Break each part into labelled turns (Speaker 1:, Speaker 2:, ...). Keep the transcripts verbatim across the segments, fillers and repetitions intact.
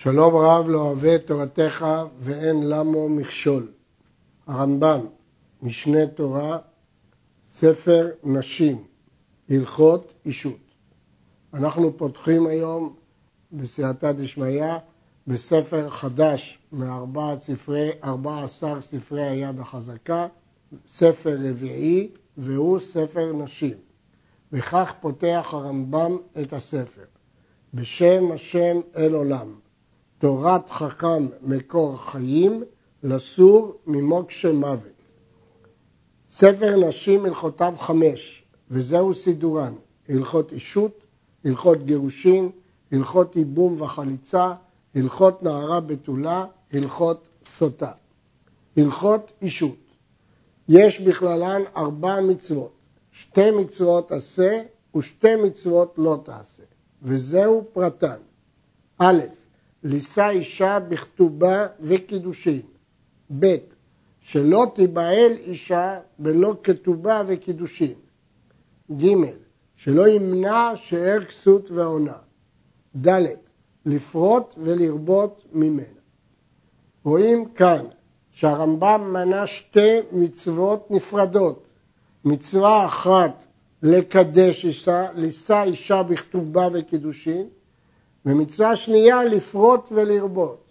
Speaker 1: שלום רב לא אוהב את תורתך ואין למו מכשול. הרמב"ם, משנה תורה, ספר נשים, הלכות אישות. אנחנו פותחים היום בסייעתא דשמיא בספר חדש מארבע ספרי, ארבע עשר ספרי היד החזקה, ספר רביעי והוא ספר נשים. וכך פותח הרמב"ם את הספר. בשם השם אל עולם. תורת חכם מקור חיים, לסור ממוקשה מוות. ספר נשים הלכותיו חמש, וזהו סידורן, הלכות אישות, הלכות גירושין, הלכות ייבום וחליצה, הלכות נערה בתולה, הלכות סוטה. הלכות אישות, יש בכללן ארבע מצוות, שתי מצוות עשה ושתי מצוות לא תעשה, וזהו פרטן. א', לישא אישה בכתובה וקידושין. ב', שלא תיבעל אישה בלא כתובה וקידושין. ג', שלא ימנע שאר כסות ועונה. ד', לפרוט ולרבות ממנה. רואים כאן שהרמב"ם מנה שתי מצוות נפרדות. מצווה אחת לקדש אישה, לישא אישה בכתובה וקידושין, ומצווה שנייה לפרוט ולרבות.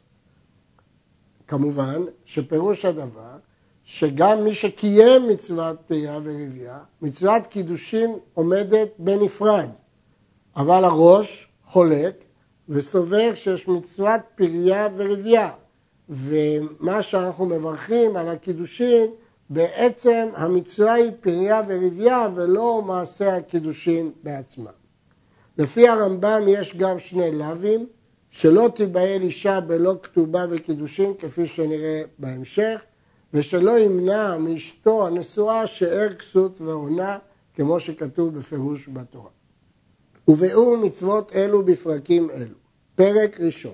Speaker 1: כמובן שפירוש הדבר שגם מי שקיים מצוות פריה ורבייה, מצוות קידושין עומדת בנפרד, אבל הראש חולק וסובר שיש מצוות פריה ורבייה, ומה שאנחנו מברכים על הקידושין, בעצם המצווה היא פריה ורבייה ולא מעשה הקידושין בעצמה. לפי הרמב"ם יש גם שני לאווים, שלא תיבעל אישה בלא כתובה וקידושין, כפי שנראה בהמשך, ושלא ימנע מאשתו הנשואה שאר כסות ועונה, כמו שכתוב בפירוש בתורה. וביאור מצוות אלו בפרקים אלו. פרק ראשון.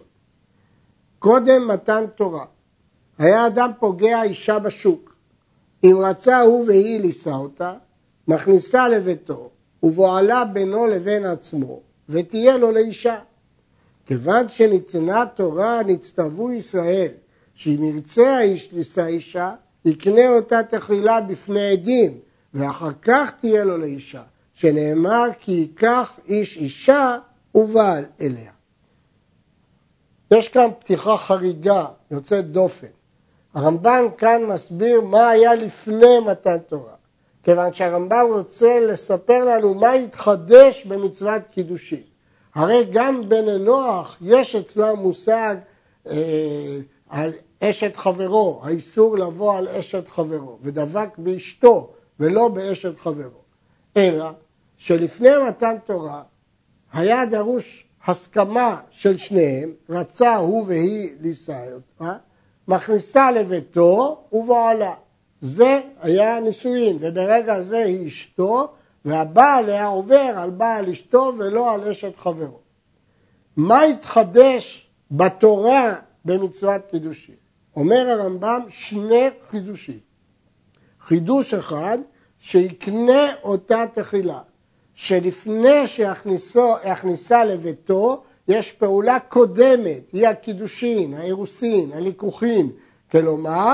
Speaker 1: קודם מתן תורה, היה אדם פוגע אישה בשוק. אם רצה הוא והיא לישא אותה, מכניסה לביתו, ובועלה בינו לבין עצמו, ותהיה לו לאישה. כיוון שניתנה תורה, נצטוו ישראל, שאם ירצה האיש לישא אישה, יקנה אותה תחילה בפני עדים, ואחר כך תהיה לו לאישה, שנאמר כי ייקח איש אישה ובעל אליה. יש כאן פתיחה חריגה, יוצאת דופן. הרמב"ם כאן מסביר מה היה לפני מתן תורה. כיוון שהרמב"ם רוצה לספר לנו מה התחדש במצוות קידושין. הרי גם בני נוח יש אצלם מושג אה, על אשת חברו, האיסור לבוא על אשת חברו, ודבק באשתו ולא באשת חברו. אלא שלפני מתן תורה היה דרוש הסכמה של שניהם, רצה הוא והיא לישא אותה, מכניסה לביתו ובועלה. זה היה נישואין, וברגע זה היא אשתו, והבעל היה עובר על בעל אשתו ולא על אשת חברו. מה התחדש בתורה במצוות קידושין? אומר הרמב"ם שני חידושים. חידוש אחד, שיקנה אותה תחילה, שלפני שיכניסה לביתו, יש פעולה קודמת, היא הקידושין, האירוסין, הליכוחין, כלומר,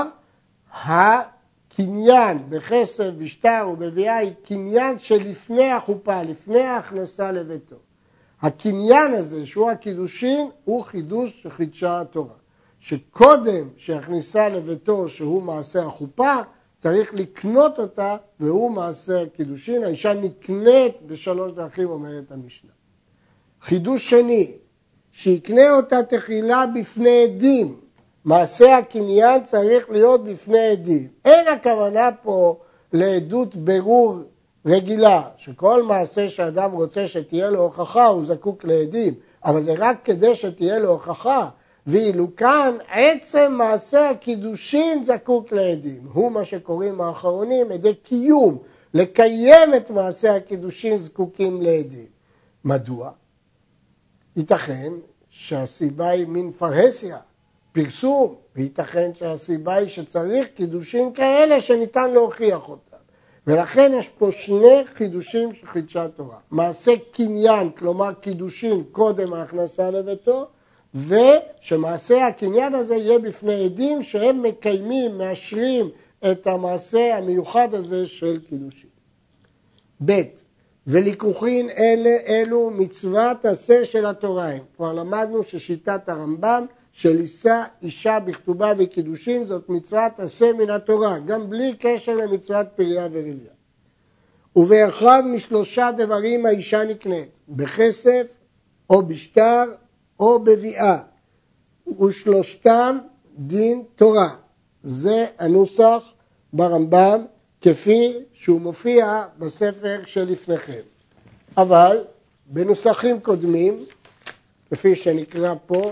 Speaker 1: הקניין בכסף, בשטר ובביאה היא קניין שלפני החופה, לפני ההכנסה לביתו. הקניין הזה, שהוא הקידושין, הוא חידוש שחידשה התורה. שקודם שהכניסה לביתו, שהוא מעשה החופה, צריך לקנות אותה, והוא מעשה הקידושין. האישה נקנית בשלוש דרכים, אומרת המשנה. חידוש שני, שיקנה אותה תחילה בפני עדים. מעשה הקניין צריך להיות בפני עדים. אין הכוונה פה לעדות ברור רגילה, שכל מעשה שאדם רוצה שתהיה לו הוכחה הוא זקוק לעדים, אבל זה רק כדי שתהיה לו הוכחה, ואילו כאן עצם מעשה הקידושין זקוק לעדים. הוא מה שקוראים האחרונים עדי קיום, לקיים את מעשה הקידושין זקוקים לעדים. מדוע? ייתכן שהסיבה היא מין פרהסיה, פרסום, וייתכן שהסיבה היא שצריך קידושין כאלה שניתן להוכיח אותם. ולכן יש פה שני חידושים של חידשה תורה. מעשה קניין, כלומר קידושין קודם ההכנסה לביתו, ושמעשה הקניין הזה יהיה בפני עדים שהם מקיימים, מאשרים את המעשה המיוחד הזה של קידושין. ב' וליקוחין אלה אלו מצוות עשה של התורה. כבר למדנו ששיטת הרמב"ם של יישא אישה בכתובה וקידושין זאת מצוות עשה מן התורה, גם בלי קשר למצוות פריה ורבייה. ובאחד משלושה דברים האישה נקנית, בכסף או בשטר או בביאה, ושלושתם דין תורה. זה הנוסח ברמב"ם כפי שהוא מופיע בספר שלפניכם. אבל בנוסחים קודמים, כפי שנקרא פה,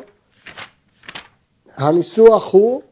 Speaker 1: הניסוח הוא,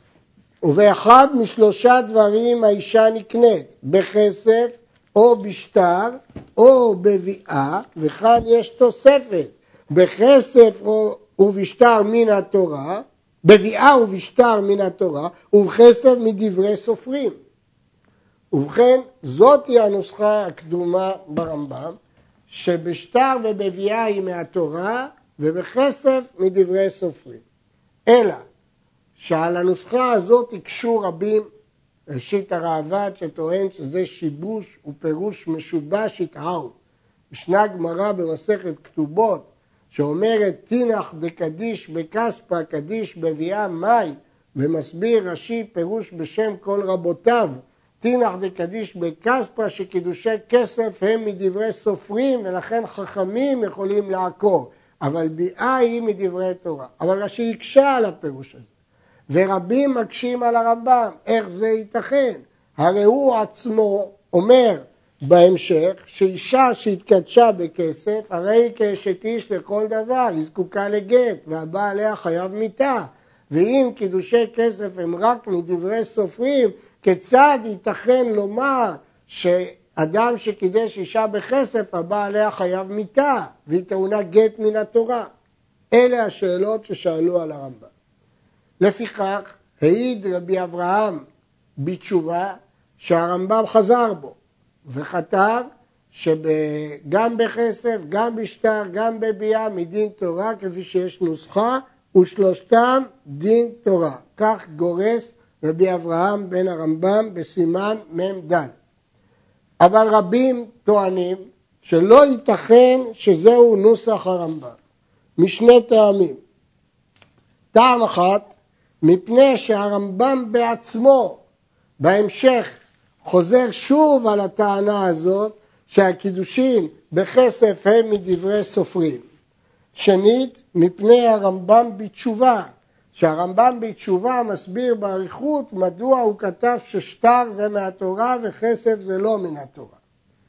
Speaker 1: ובאחד משלושה דברים האישה נקנית, בכסף או בשטר או בביאה, וכאן יש תוספת, בכסף או ובשטר מן התורה, בביאה ובשטר מן התורה, ובכסף מדברי סופרים. ובכן, זאת היא הנוסחה הקדומה ברמב"ם, שבשטר ובביאה היא מהתורה, ובכסף מדברי סופרים. אלא, שעל הנוסחה הזאת יקשו רבים, ראשית הראב"ד שטוען שזה שיבוש ופירוש משובש יתעהו. ישנה גמרא במסכת כתובות, שאומרת תינח דקדיש בכספא קדיש בביאה מאי, ומסביר רש"י פירוש בשם כל רבותיו, תינח דקדיש בכספא שקידושי כסף הם מדברי סופרים ולכן חכמים יכולים לעקור, אבל ביאה היא מדברי תורה. אבל רש"י יקשה על הפירוש הזה, ורבים מקשים על הרמב"ם, איך זה ייתכן? הרי הוא עצמו אומר בהמשך שאישה שהתקדשה בכסף, הרי היא כאשת איש לכל דבר, היא זקוקה לגט, והבא עליה חייב מיתה. ואם קידושי כסף הם רק מדברי סופרים, כיצד ייתכן לומר שאדם שקידש אישה בכסף, הבא עליה חייב מיתה, והיא טעונה גט מן התורה? אלה השאלות ששאלו על הרמב"ם. לפיכך, העיד רבי אברהם בתשובה שהרמב"ם חזר בו, וכתב שגם בכסף, גם בשטר, גם בביאה מדין תורה, כפי שיש נוסחה, ושלושתם דין תורה. כך גורס רבי אברהם בן הרמב"ם בסימן מ"ד. אבל רבים טוענים שלא ייתכן שזהו נוסח הרמב"ם, משני טעמים. טעם אחת, מפני שהרמב"ם בעצמו בהמשך חוזר שוב על הטענה הזאת שהקידושין בכסף הם מדברי סופרים. שנית, מפני הרמב"ם בתשובה, שהרמב"ם בתשובה מסביר באריכות מדוע הוא כתב ששטר זה מהתורה וכסף זה לא מן התורה.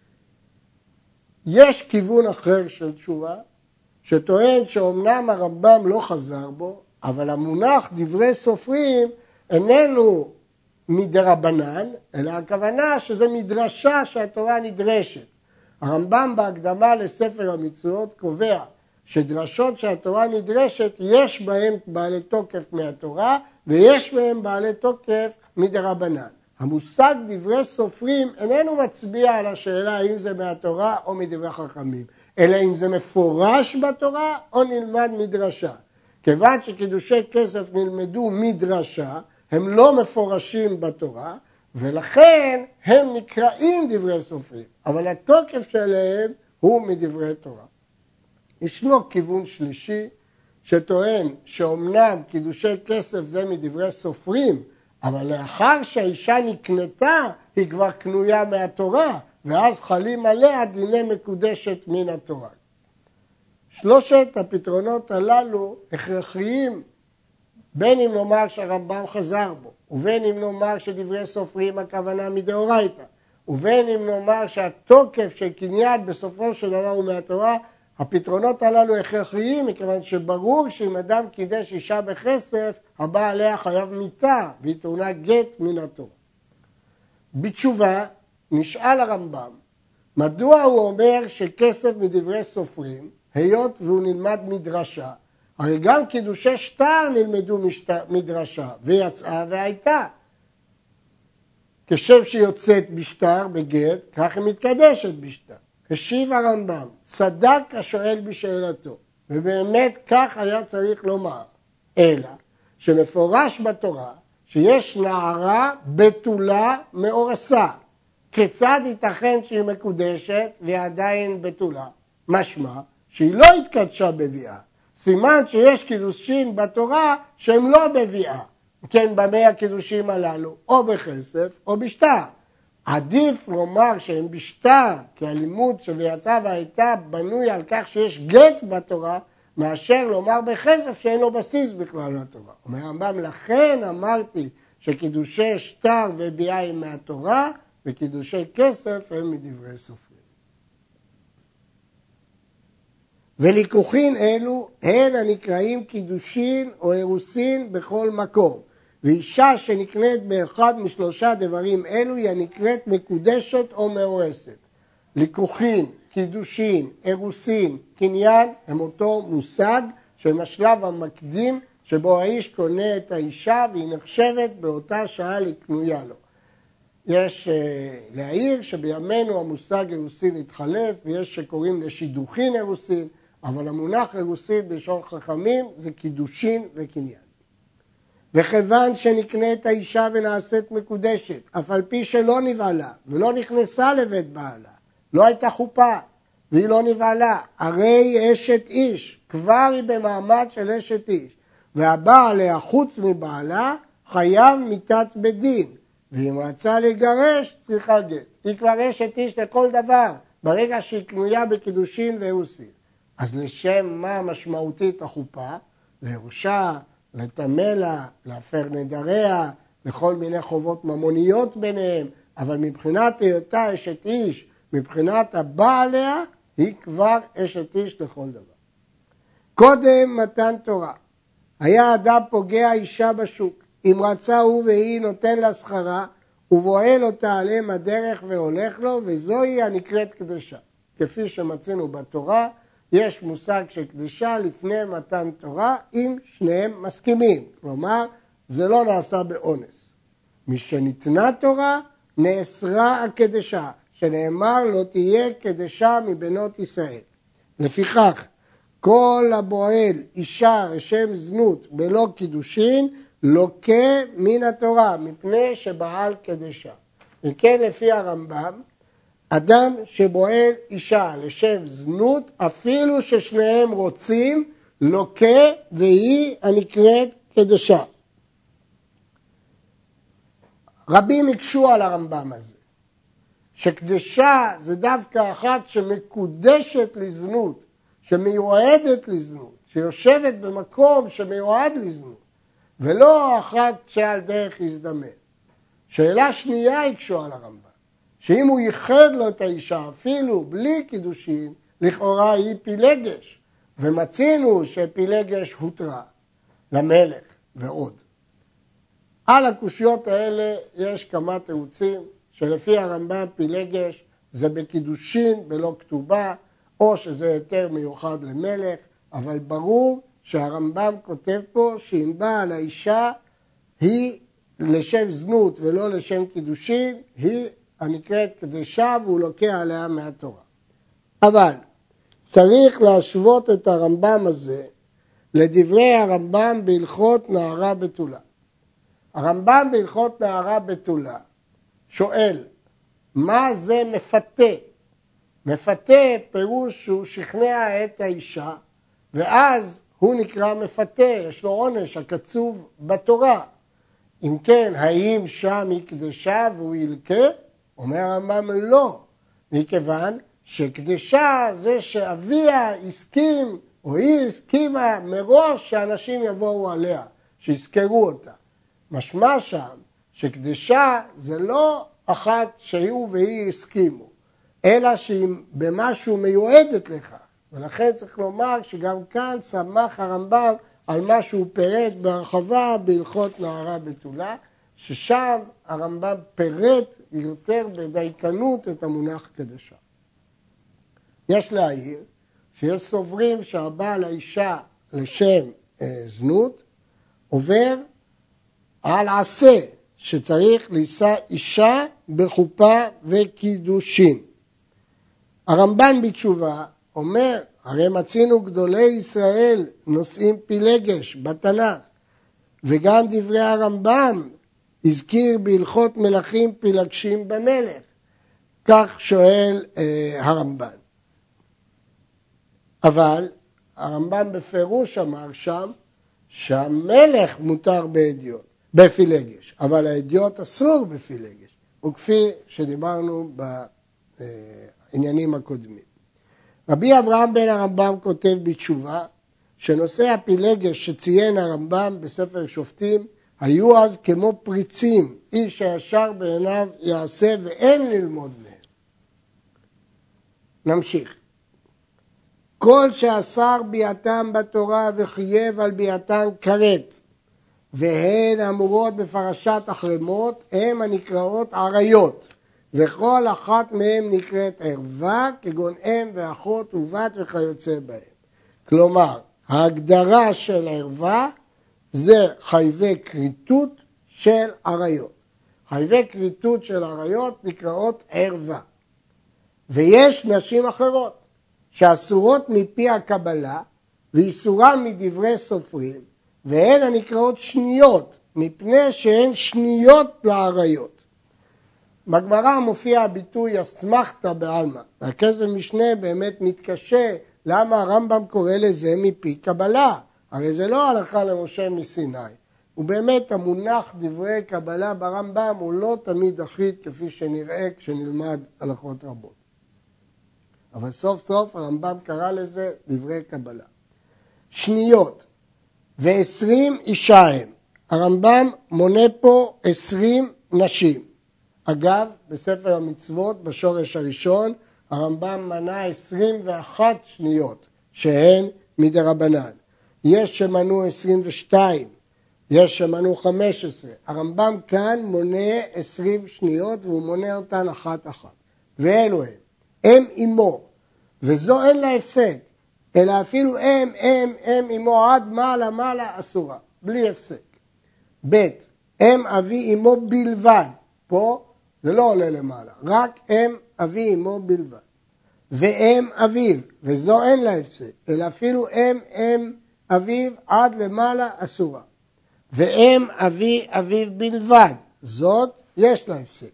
Speaker 1: יש כיוון אחר של תשובה, שטוען שאומנם הרמב"ם לא חזר בו, אבל המונח דברי סופרים איננו מדרבנן, אלא הכוונה שזה מדרשה שהתורה נדרשת. הרמב"ם בהקדמה לספר המצוות קובע שדרשות שהתורה נדרשת יש בהם בעלי תוקף מהתורה ויש בהם בעלי תוקף מדרבנן. המושג דברי סופרים איננו מצביע על השאלה האם זה מהתורה או מדברי חכמים, אלא אם זה מפורש בתורה או נלמד מדרשה. כיוון שקידושי כסף נלמדו מדרשה, הם לא מפורשים בתורה, ולכן הם נקראים דברי סופרים, אבל התוקף שלהם הוא מדברי תורה. ישנו כיוון שלישי שטוען שאומנם קידושי כסף זה מדברי סופרים, אבל לאחר שהאישה נקנתה היא כבר קנויה מהתורה, ואז חלים עליה דיני מקודשת מן התורה. שלושת הפתרונות הללו הכרחיים, בין אם נאמר שהרמב"ם חזר בו, ובין אם נאמר שדברי סופרים הכוונה מדאורייתא, ובין אם נאמר שהתוקף של קניין בסופו של דבר הוא מהתורה, הפתרונות הללו הכרחיים, מכיוון שברור שאם אדם קידש אישה בכסף, הבא עליה חייב מיתה, והיא טעונה גט מן התורה. בתשובה, נשאל הרמב"ם, מדוע הוא אומר שכסף מדברי סופרים, היות והוא נלמד מדרשה, הרי גם קידושי שטר נלמדו מדרשה, ויצאה והייתה. כשם שיוצאת בשטר בגט, כך היא מתקדשת בשטר. השיב הרמב"ם, צדק השואל בשאלתו. ובאמת כך היה צריך לומר, אלא שמפורש בתורה שיש נערה בתולה מאורסה. כיצד ייתכן שהיא מקודשת והיא עדיין בתולה? משמע שהיא לא התקדשה בביאה. סימן שיש קידושין בתורה שהם לא בביאה. כן, במי הקידושים הללו, או בכסף או בשטר. עדיף לומר שהם בשטר, כי הלימוד שביצא והייתה בנוי על כך שיש גט בתורה, מאשר לומר בכסף שאין לו בסיס בכלל לתורה. אומר הרמב"ם, לכן אמרתי שקידושי שטר וביאה הם מהתורה, וקידושי כסף הם מדברי סופרים. וליקוחין אלו הן הנקראים קידושין או אירוסין בכל מקום. ואישה שנקנית באחד משלושה דברים אלו היא הנקראת מקודשת או מאורסת. ליקוחין, קידושין, אירוסין, קניין הם אותו מושג שהם השלב המקדים שבו האיש קונה את האישה והיא נחשבת באותה שעה לקנויה לו. יש uh, להעיר שבימינו המושג אירוסין התחלף ויש שקוראים לשידוכין אירוסין, אבל המונח אירוסין בלשון חכמים זה קידושין וקניין. וכיוון שנקנית האישה ונעשית מקודשת, אף על פי שלא נבעלה ולא נכנסה לבית בעלה, לא הייתה חופה והיא לא נבעלה, הרי היא אשת איש, כבר היא במעמד של אשת איש, והבעל עליה חוץ מבעלה חייב מיתת בית דין, ואם רצה לגרש צריכה גט. היא כבר אשת איש לכל דבר, ברגע שהיא קנויה בקידושין ואירוסין. אז לשם מה משמעותית החופה? לירושה, לתמלה, להפר נדריה, לכל מיני חובות ממוניות ביניהם, אבל מבחינת היותה אשת איש, מבחינת הבעל עליה, היא כבר אשת איש לכל דבר. קודם מתן תורה, היה אדם פוגע אישה בשוק, אם רצה הוא והיא נותן לה שכרה, ובועל אותה עליהם הדרך והולך לו, וזוהי הנקראת קדושה. כפי שמצינו בתורה, יש מושג של קדושה לפני מתן תורה, אם שניהם מסכימים. כלומר, זה לא נעשה באונס. משניתנה תורה, נאסרה הקדשה, שנאמר לא תהיה קדשה מבנות ישראל. לפיכך, כל הבועל אישה לשם זנות בלא קידושין, לוקה מן התורה, מפני שבעל קדשה. וכן לפי הרמב"ם, אדם שבועל אישה לשם זנות, אפילו ששניהם רוצים, לוקה והיא הנקראת קדשה. רבים הקשו על הרמב"ם הזה, שקדשה זה דווקא אחת שמקודשת לזנות, שמיועדת לזנות, שיושבת במקום שמיועד לזנות, ולא אחת שעל דרך להזדמן. שאלה שנייה הקשו על הרמב"ם, שאם הוא ייחד לו את האישה אפילו בלי קידושין, לכאורה היא פילגש, ומצינו שפילגש הותרה למלך ועוד. על הקושיות האלה יש כמה תירוצים, שלפי הרמב"ם פילגש זה בקידושין בלא כתובה, או שזה יותר מיוחד למלך, אבל ברור שהרמב"ם כותב פה שאם בעל האישה היא לשם זנות ולא לשם קידושין, היא הנקראת קדשה והוא לוקח עליה מהתורה. אבל צריך להשוות את הרמב"ם הזה לדברי הרמב"ם בהלכות נערה בתולה. הרמב"ם בהלכות נערה בתולה שואל, מה זה מפתה? מפתה פירוש שהוא שכנע את האישה, ואז הוא נקרא מפתה, יש לו עונש הקצוב בתורה. אם כן, האם שם היא קדשה והוא ילקה? אומר הרמב"ם לא, מכיוון שקדשה זה שאביה הסכים, או היא הסכימה מראש שאנשים יבואו עליה, שיזכרו אותה. משמע שם שקדשה זה לא אחת שהוא והיא הסכימו, אלא שהיא במשהו מיועדת לך. ולכן צריך לומר שגם כאן שמח הרמב"ם על מה שהוא פירט בהרחבה בהלכות נערה בתולה, ששם הרמב"ם פירט יותר בדייקנות את המונח קדשה. יש להעיר שיש סוברים שהבעל האישה לשם אה, זנות עובר על עשה, שצריך לישא אישה בחופה וקידושין. הרמב"ן בתשובה אומר, הרי מצינו גדולי ישראל נושאים פילגש בתנ"ך, וגם דברי הרמב"ם הזכיר בהלכות מלכים פילגשים במלך. כך שואל אה, הרמב"ן. אבל הרמב"ם בפירוש אמר שם שהמלך מותר באדיוט, בפילגש, אבל האדיוט אסור בפילגש, וכפי שדיברנו בעניינים הקודמים. רבי אברהם בן הרמב"ם כותב בתשובה שנושא הפילגש שציין הרמב"ם בספר שופטים היו אז כמו פריצים, איש הישר בעיניו יעשה ואין ללמוד מהם. נמשיך. כל שאסר ביאתם בתורה וחייב על ביאתן כרת, והן אמורות בפרשת החרמות, הן הנקראות עריות, וכל אחת מהן נקראת ערווה, כגון אם ואחות ובת וכיוצא בהם. כלומר, ההגדרה של ערווה זה חייבי כריתות של עריות. חייבי כריתות של עריות נקראות ערווה. ויש נשים אחרות שאסורות מפי הקבלה ואיסורם מדברי סופרים, והן הנקראות שניות, מפני שהן שניות לעריות. בגמרא מופיע הביטוי אסמכתא בעלמא, והכסף משנה באמת מתקשה למה הרמב"ם קורא לזה מפי קבלה, הרי זה לא הלכה למשה מסיני. ובאמת המונח דברי קבלה ברמב"ם הוא לא תמיד אחיד כפי שנראה כשנלמד הלכות רבות. אבל סוף סוף הרמב"ם קרא לזה דברי קבלה. שניות ועשרים אישה הם. הרמב"ם מונה פה עשרים נשים. אגב, בספר המצוות בשורש הראשון הרמב"ם מנה עשרים ואחת שניות שהן מדרבנן. יש שמנו עשרים ושתיים, יש שמנו חמש עשרה. הרמב"ם כאן מונה עשרים שניות והוא מונה אותן אחת אחת. ואלו הם, אם אמו, וזו אין לה הפסק, אלא אפילו אם, אם, אם אמו עד מעלה מעלה אסורה, בלי הפסק. ב' אם אבי אמו בלבד, פה זה לא עולה למעלה, רק אם אבי אמו בלבד. ואם אביו, וזו אין לה הפסק, אלא אפילו אם, אם אביו עד למעלה אסורה. ואם אבי אביו בלבד, זאת יש לה הפסק.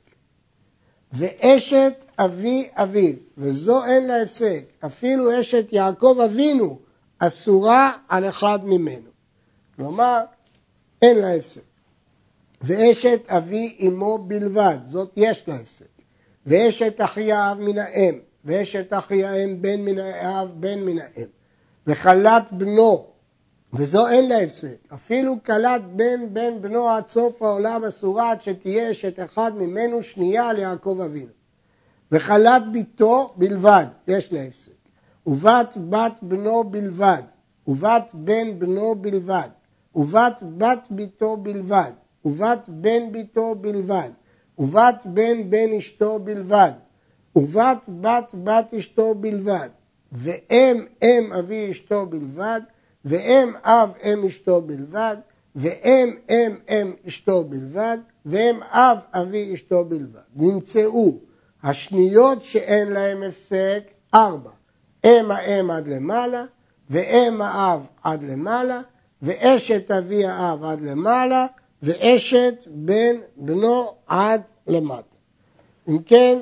Speaker 1: ואשת אבי אביו, וזו אין לה הפסק, אפילו אשת יעקב אבינו, אסורה על אחד ממנו. כלומר, אין לה הפסק. ואשת אבי אמו בלבד, זאת יש לה הפסק. ואשת אחי האב מן האם, ואשת אחי האם בן מן האב בן מן האם. וחלת בנו, וזו אין לה הפסק. אפילו קלת בן בן בנו עד סוף העולם אסורה, עד שתהיה אשת אחד ממנו שנייה ליעקב אבינו. וחלת ביתו בלבד, יש לה הפסק. ובת בת בנו בלבד, ובת בן בנו בלבד, ובת בת ביתו בלבד, ובת בן ביתו בלבד, ובת בן בן אשתו בלבד, ובת בת בת אשתו בלבד, ואם אם אבי אשתו בלבד, ואם אב אם אשתו בלבד, ואם אם אם אשתו בלבד, ואם אב אבי אשתו בלבד. נמצאו השניות שאין להם הפסק ארבע. אם האם עד למעלה, ואם האב עד למעלה, ואשת אבי האב עד למעלה, ואשת בן בנו עד למטה. אם כן,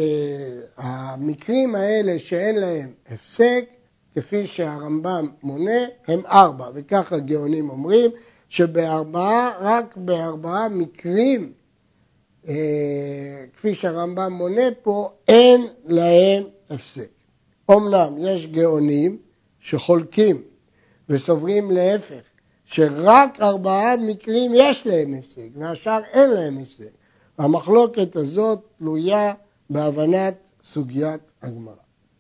Speaker 1: המקרים האלה שאין להם הפסק, כפי שהרמב"ם מונה, הם ארבע. וכך הגאונים אומרים שבארבעה, רק בארבעה מקרים, כפי שהרמב"ם מונה פה, אין להם הפסק. אמנם יש גאונים שחולקים וסוברים להפך, שרק ארבעה מקרים יש להם הפסק, והשאר אין להם הפסק. והמחלוקת הזאת תלויה בהבנת סוגיית הגמרא.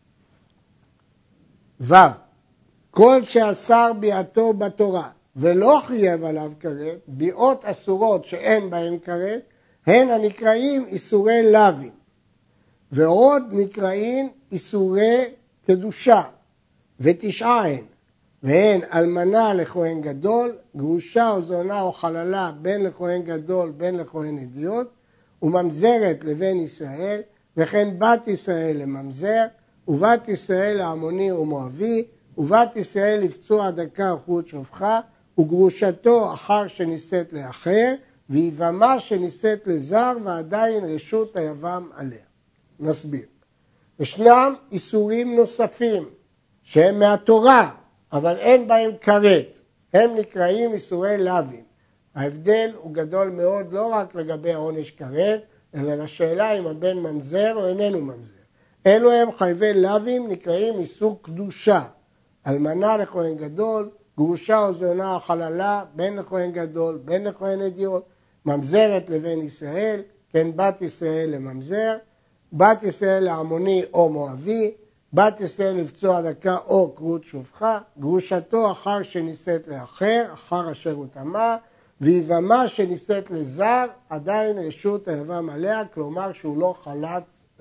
Speaker 1: ו' כל שאסר ביאתו בתורה ולא חייב עליו כרת, ביאות אסורות שאין בהן כרת, הן הנקראים איסורי לווים, ועוד נקראים איסורי קדושה, ותשעה הן, והן אלמנה לכהן גדול, גרושה או זונה או חללה בין לכהן גדול בין לכהן אדיוט, וממזרת לבן ישראל, וכן בת ישראל לממזר, ובת ישראל העמוני ומואבי, ובת ישראל לפצוע דקה וחוט שופחה, וגרושתו אחר שנישאת לאחר, ויבמה שנישאת לזר ועדיין רשות היבם עליה. נסביר. ישנם איסורים נוספים שהם מהתורה, אבל אין בהם כרת. הם נקראים איסורי לווים. ההבדל הוא גדול מאוד לא רק לגבי העונש כרת, אלא לשאלה אם הבן ממזר או איננו ממזר. אלו הם חייבי לווים נקראים איסור קדושה. אלמנה לכהן גדול, גרושה או זונה או חללה, בן לכהן גדול, בן לכהן אדיוט, ממזרת לבן ישראל, כן בת ישראל לממזר, בת ישראל לעמוני או מואבי, בת ישראל לפצוע דקה או כרות שופחה, גרושתו אחר שנישאת לאחר, אחר אשר הוא טמא, ויבמה שנישאת לזר, עדיין רשות היבם עליה, כלומר שהוא לא חלץ לה.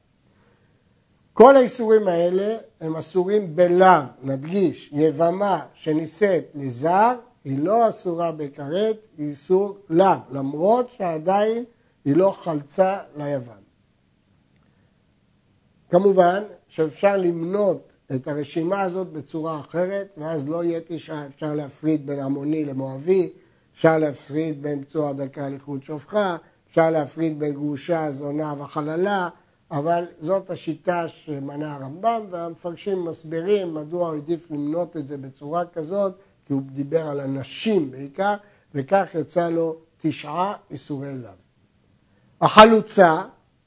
Speaker 1: כל האיסורים האלה הם אסורים בלאו, נדגיש, יבמה שנישאת לזר, היא לא אסורה בכרת, היא איסור לאו, למרות שעדיין היא לא חלצה ליוון. כמובן שאפשר למנות את הרשימה הזאת בצורה אחרת, ואז לא יהיה תשעה, אפשר להפריד בין עמוני למואבי, אפשר להפריד בין פצוע דקה לחוט שופחה, אפשר להפריד בין גרושה, זונה וחללה, אבל זאת השיטה שמנה הרמב"ם, והמפרשים מסבירים מדוע הוא העדיף למנות את זה בצורה כזאת, כי הוא דיבר על הנשים בעיקר, וכך יצא לו תשעה איסורי לאו. החלוצה,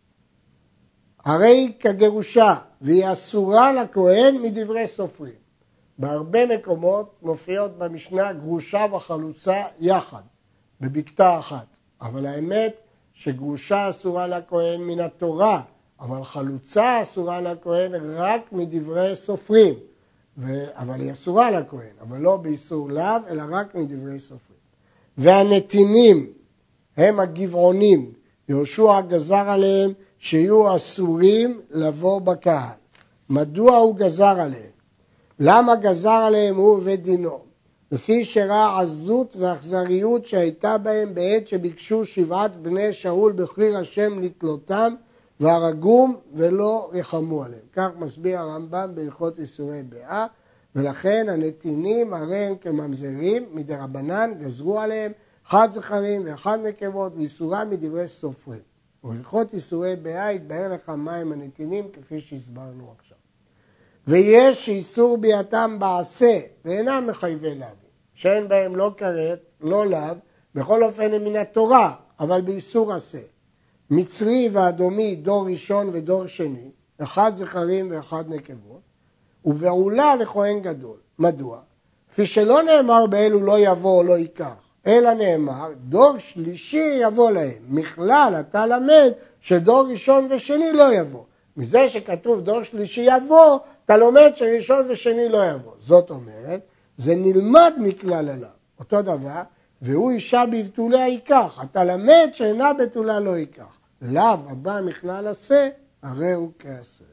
Speaker 1: הרי כגירושה, והיא אסורה לכהן מדברי סופרים. בהרבה מקומות מופיעות במשנה גרושה וחלוצה יחד, בבקתה אחת. אבל האמת שגרושה אסורה לכהן מן התורה, אבל חלוצה אסורה לכהן רק מדברי סופרים. ו... אבל היא אסורה לכהן, אבל לא באיסור לאו, אלא רק מדברי סופרים. והנתינים הם הגבעונים, יהושע גזר עליהם שיהיו אסורים לבוא בקהל. מדוע הוא גזר עליהם? למה גזר עליהם הוא ודינו? לפי שראה עזות ואכזריות שהייתה בהם בעת שביקשו שבעת בני שאול בחריר השם לתלותם, והרגום ולא רחמו עליהם. כך מסביר הרמב"ם בהלכות איסורי באה, ולכן הנתינים הרי הם כממזרים מדרבנן גזרו עליהם אחד זכרים ואחד נקבות ואיסורם מדברי סופרים. ובהלכות איסורי באה התבהר לך מהם הנתינים כפי שהסברנו עכשיו. ויש איסור ביאתם בעשה ואינם מחייבי לווים, שאין בהם לא כרת, לא לאו, בכל אופן הם מן התורה, אבל באיסור עשה. מצרי ואדומי דור ראשון ודור שני, אחד זכרים ואחד נקבות, ובעולה לכהן גדול. מדוע? כפי שלא נאמר באלו לא יבוא או לא ייקח, אלא נאמר דור שלישי יבוא להם. מכלל אתה למד שדור ראשון ושני לא יבוא. מזה שכתוב דור שלישי יבוא, אתה לומד שראשון ושני לא יבוא. זאת אומרת, זה נלמד מכלל עליו. אותו דבר, והוא אישה בבתוליה ייקח. אתה למד שאינה בתולה לא ייקח. לאו הבא מכלל עשה, הרי הוא כעשה.